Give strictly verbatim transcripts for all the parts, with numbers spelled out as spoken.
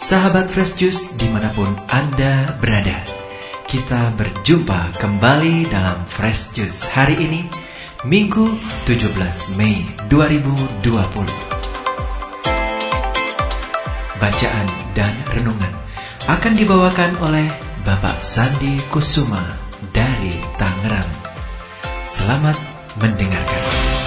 Sahabat Fresh Juice dimanapun Anda berada, kita berjumpa kembali dalam Fresh Juice hari ini, Minggu tujuh belas Mei dua ribu dua puluh. Bacaan dan renungan akan dibawakan oleh Bapak Sandi Kusuma dari Tangerang. Selamat mendengarkan.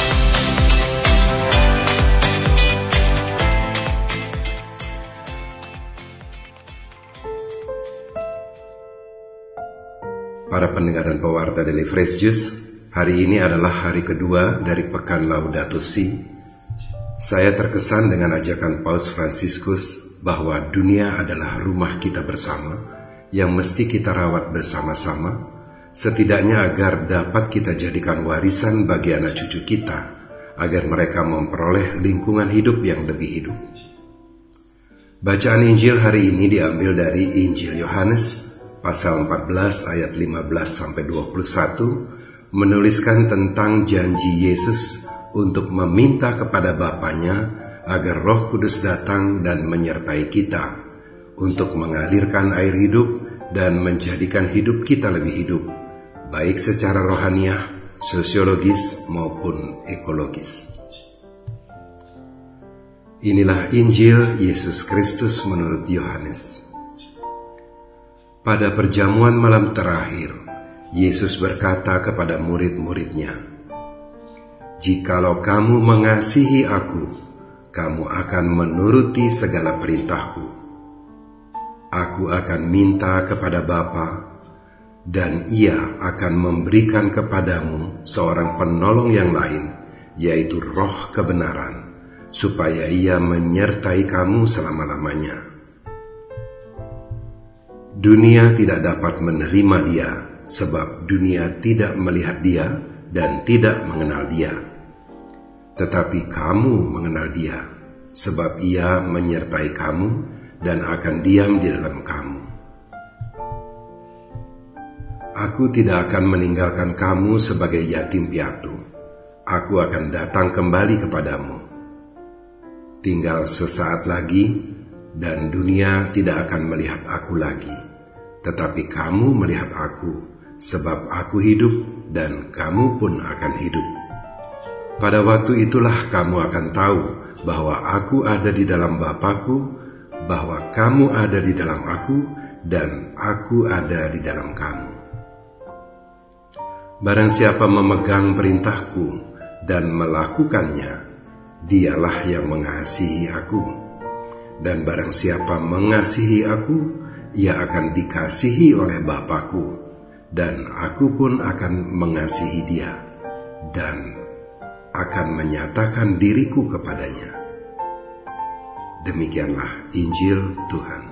Para pendengar dan pewarta Daily Fresh Juice, hari ini adalah hari kedua dari Pekan Laudato Si. Saya terkesan dengan ajakan Paus Fransiskus bahwa dunia adalah rumah kita bersama yang mesti kita rawat bersama-sama, setidaknya agar dapat kita jadikan warisan bagi anak cucu kita, agar mereka memperoleh lingkungan hidup yang lebih hidup. Bacaan Injil hari ini diambil dari Injil Yohanes pasal empat belas ayat lima belas sampai dua puluh satu, menuliskan tentang janji Yesus untuk meminta kepada Bapanya agar Roh Kudus datang dan menyertai kita untuk mengalirkan air hidup dan menjadikan hidup kita lebih hidup, baik secara rohaniah, sosiologis maupun ekologis. Inilah Injil Yesus Kristus menurut Yohanes. Pada perjamuan malam terakhir, Yesus berkata kepada murid-muridnya, "Jikalau kamu mengasihi aku, kamu akan menuruti segala perintahku. Aku akan minta kepada Bapa, dan Ia akan memberikan kepadamu seorang penolong yang lain, yaitu Roh kebenaran, supaya Ia menyertai kamu selama-lamanya. Dunia tidak dapat menerima Dia, sebab dunia tidak melihat Dia dan tidak mengenal Dia. Tetapi kamu mengenal Dia, sebab Ia menyertai kamu dan akan diam di dalam kamu. Aku tidak akan meninggalkan kamu sebagai yatim piatu. Aku akan datang kembali kepadamu. Tinggal sesaat lagi, dan dunia tidak akan melihat aku lagi. Tetapi kamu melihat aku, sebab aku hidup dan kamu pun akan hidup. Pada waktu itulah kamu akan tahu bahwa aku ada di dalam Bapa-Ku, bahwa kamu ada di dalam aku, dan aku ada di dalam kamu. Barang siapa memegang perintahku dan melakukannya, dialah yang mengasihi aku. Dan barang siapa mengasihi aku, ia akan dikasihi oleh Bapa-Ku, dan aku pun akan mengasihi dia, dan akan menyatakan diriku kepadanya." Demikianlah Injil Tuhan.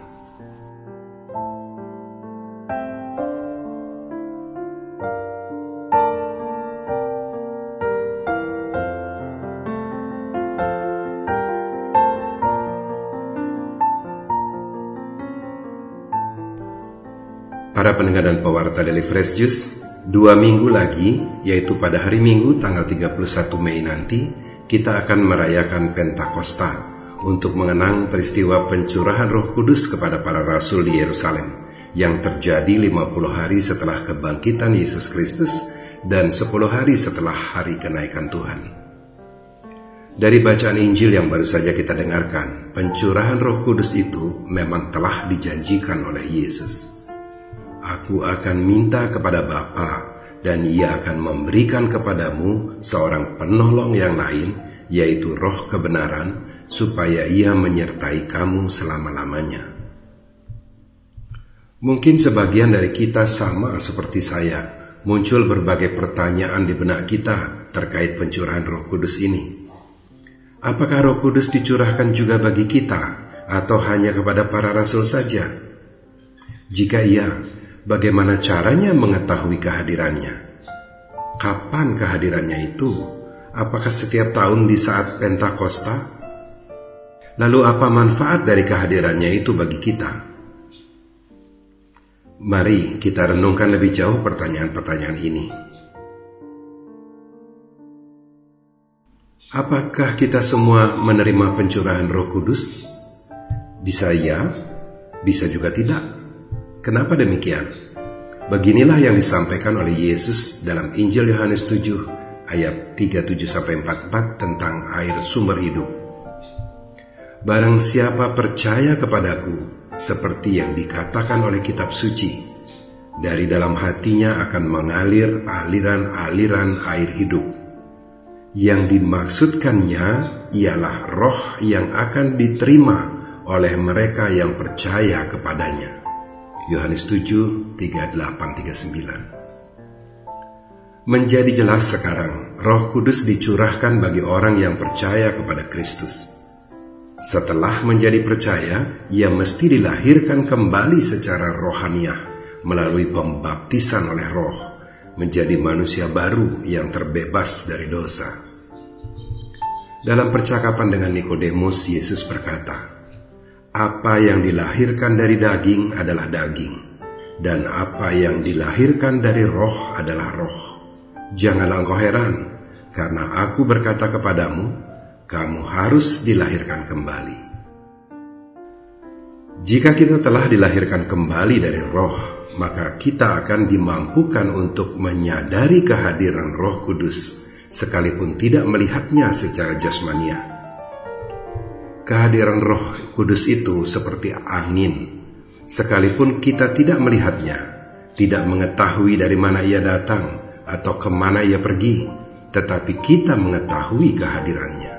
Para pendengar dan pewarta Daily Fresh Juice, dua minggu lagi, yaitu pada hari Minggu tanggal tiga puluh satu Mei nanti, kita akan merayakan Pentakosta untuk mengenang peristiwa pencurahan Roh Kudus kepada para rasul di Yerusalem yang terjadi lima puluh hari setelah kebangkitan Yesus Kristus dan sepuluh hari setelah hari kenaikan Tuhan. Dari bacaan Injil yang baru saja kita dengarkan, pencurahan Roh Kudus itu memang telah dijanjikan oleh Yesus. Aku akan minta kepada Bapa, dan Ia akan memberikan kepadamu seorang penolong yang lain, yaitu Roh kebenaran, supaya Ia menyertai kamu selama-lamanya. Mungkin sebagian dari kita sama seperti saya, muncul berbagai pertanyaan di benak kita terkait pencurahan Roh Kudus ini. Apakah Roh Kudus dicurahkan juga bagi kita, atau hanya kepada para rasul saja? Jika iya, bagaimana caranya mengetahui kehadirannya? Kapan kehadirannya itu? Apakah setiap tahun di saat Pentakosta? Lalu apa manfaat dari kehadirannya itu bagi kita? Mari kita renungkan lebih jauh pertanyaan-pertanyaan ini. Apakah kita semua menerima pencurahan Roh Kudus? Bisa ya, Bisa juga tidak. Kenapa demikian? Beginilah yang disampaikan oleh Yesus dalam Injil Yohanes tujuh ayat tiga puluh tujuh sampai empat puluh empat tentang air sumber hidup. Barang siapa percaya kepadaku, seperti yang dikatakan oleh kitab suci, dari dalam hatinya akan mengalir aliran-aliran air hidup. Yang dimaksudkannya ialah roh yang akan diterima oleh mereka yang percaya kepadanya. Yohanes tujuh, tiga puluh delapan sampai tiga puluh sembilan. Menjadi jelas sekarang, Roh Kudus dicurahkan bagi orang yang percaya kepada Kristus. Setelah menjadi percaya, ia mesti dilahirkan kembali secara rohaniah melalui pembaptisan oleh Roh, menjadi manusia baru yang terbebas dari dosa. Dalam percakapan dengan Nikodemus, Yesus berkata, "Apa yang dilahirkan dari daging adalah daging, dan apa yang dilahirkan dari Roh adalah roh. Janganlah engkau heran, karena aku berkata kepadamu, kamu harus dilahirkan kembali." Jika kita telah dilahirkan kembali dari Roh, maka kita akan dimampukan untuk menyadari kehadiran Roh Kudus, sekalipun tidak melihatnya secara jasmania. Kehadiran Roh Kudus itu seperti angin. Sekalipun kita tidak melihatnya, tidak mengetahui dari mana ia datang atau kemana ia pergi, tetapi kita mengetahui kehadirannya.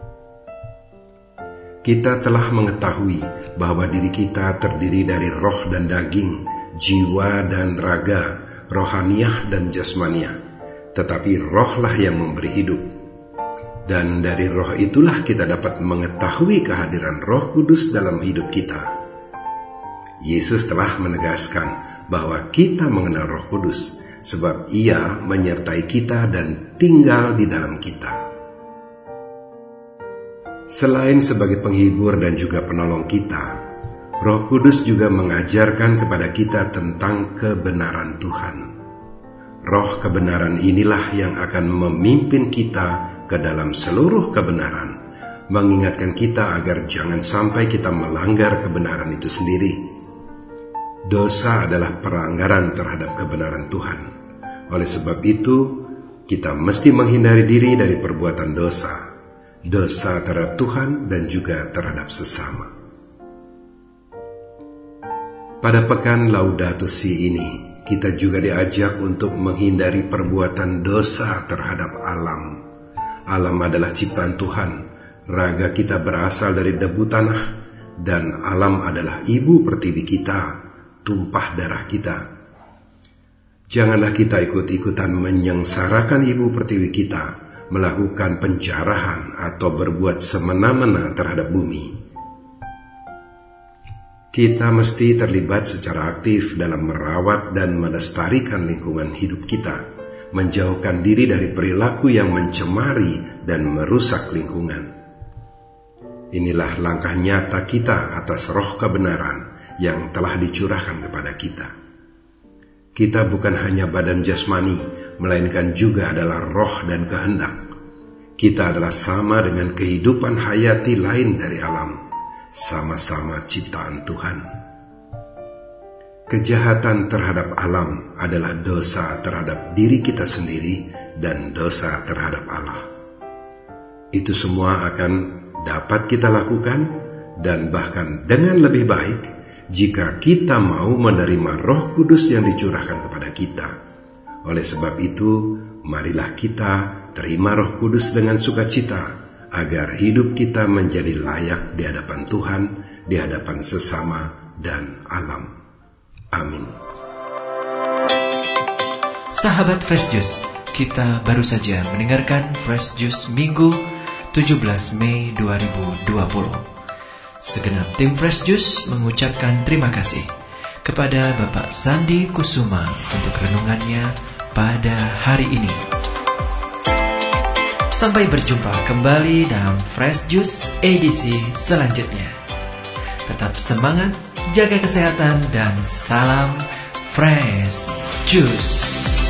Kita telah mengetahui bahwa diri kita terdiri dari roh dan daging, jiwa dan raga, rohaniah dan jasmaniah, tetapi rohlah yang memberi hidup. Dan dari roh itulah kita dapat mengetahui kehadiran Roh Kudus dalam hidup kita. Yesus telah menegaskan bahwa kita mengenal Roh Kudus, sebab ia menyertai kita dan tinggal di dalam kita. Selain sebagai penghibur dan juga penolong kita, Roh Kudus juga mengajarkan kepada kita tentang kebenaran Tuhan. Roh kebenaran inilah yang akan memimpin kita ke dalam seluruh kebenaran, mengingatkan kita agar jangan sampai kita melanggar kebenaran itu sendiri. Dosa adalah pelanggaran terhadap kebenaran Tuhan. Oleh sebab itu, kita mesti menghindari diri dari perbuatan dosa, dosa terhadap Tuhan dan juga terhadap sesama. Pada pekan Laudato Si ini, kita juga diajak untuk menghindari perbuatan dosa terhadap alam. Alam adalah ciptaan Tuhan, raga kita berasal dari debu tanah, dan alam adalah ibu pertiwi kita, tumpah darah kita. Janganlah kita ikut-ikutan menyengsarakan ibu pertiwi kita, melakukan penjarahan atau berbuat semena-mena terhadap bumi. Kita mesti terlibat secara aktif dalam merawat dan melestarikan lingkungan hidup kita, menjauhkan diri dari perilaku yang mencemari dan merusak lingkungan. Inilah langkah nyata kita atas roh kebenaran yang telah dicurahkan kepada kita. Kita bukan hanya badan jasmani, melainkan juga adalah roh dan kehendak. Kita adalah sama dengan kehidupan hayati lain dari alam, sama-sama ciptaan Tuhan. Kejahatan terhadap alam adalah dosa terhadap diri kita sendiri dan dosa terhadap Allah. Itu semua akan dapat kita lakukan, dan bahkan dengan lebih baik jika kita mau menerima Roh Kudus yang dicurahkan kepada kita. Oleh sebab itu, marilah kita terima Roh Kudus dengan sukacita, agar hidup kita menjadi layak di hadapan Tuhan, di hadapan sesama dan alam. Amin. Sahabat Fresh Juice, kita baru saja mendengarkan Fresh Juice Minggu tujuh belas Mei dua ribu dua puluh. Segenap tim Fresh Juice mengucapkan terima kasih kepada Bapak Sandi Kusuma untuk renungannya pada hari ini. Sampai berjumpa kembali dalam Fresh Juice edisi selanjutnya. Tetap semangat, jaga kesehatan, dan salam Fresh Juice.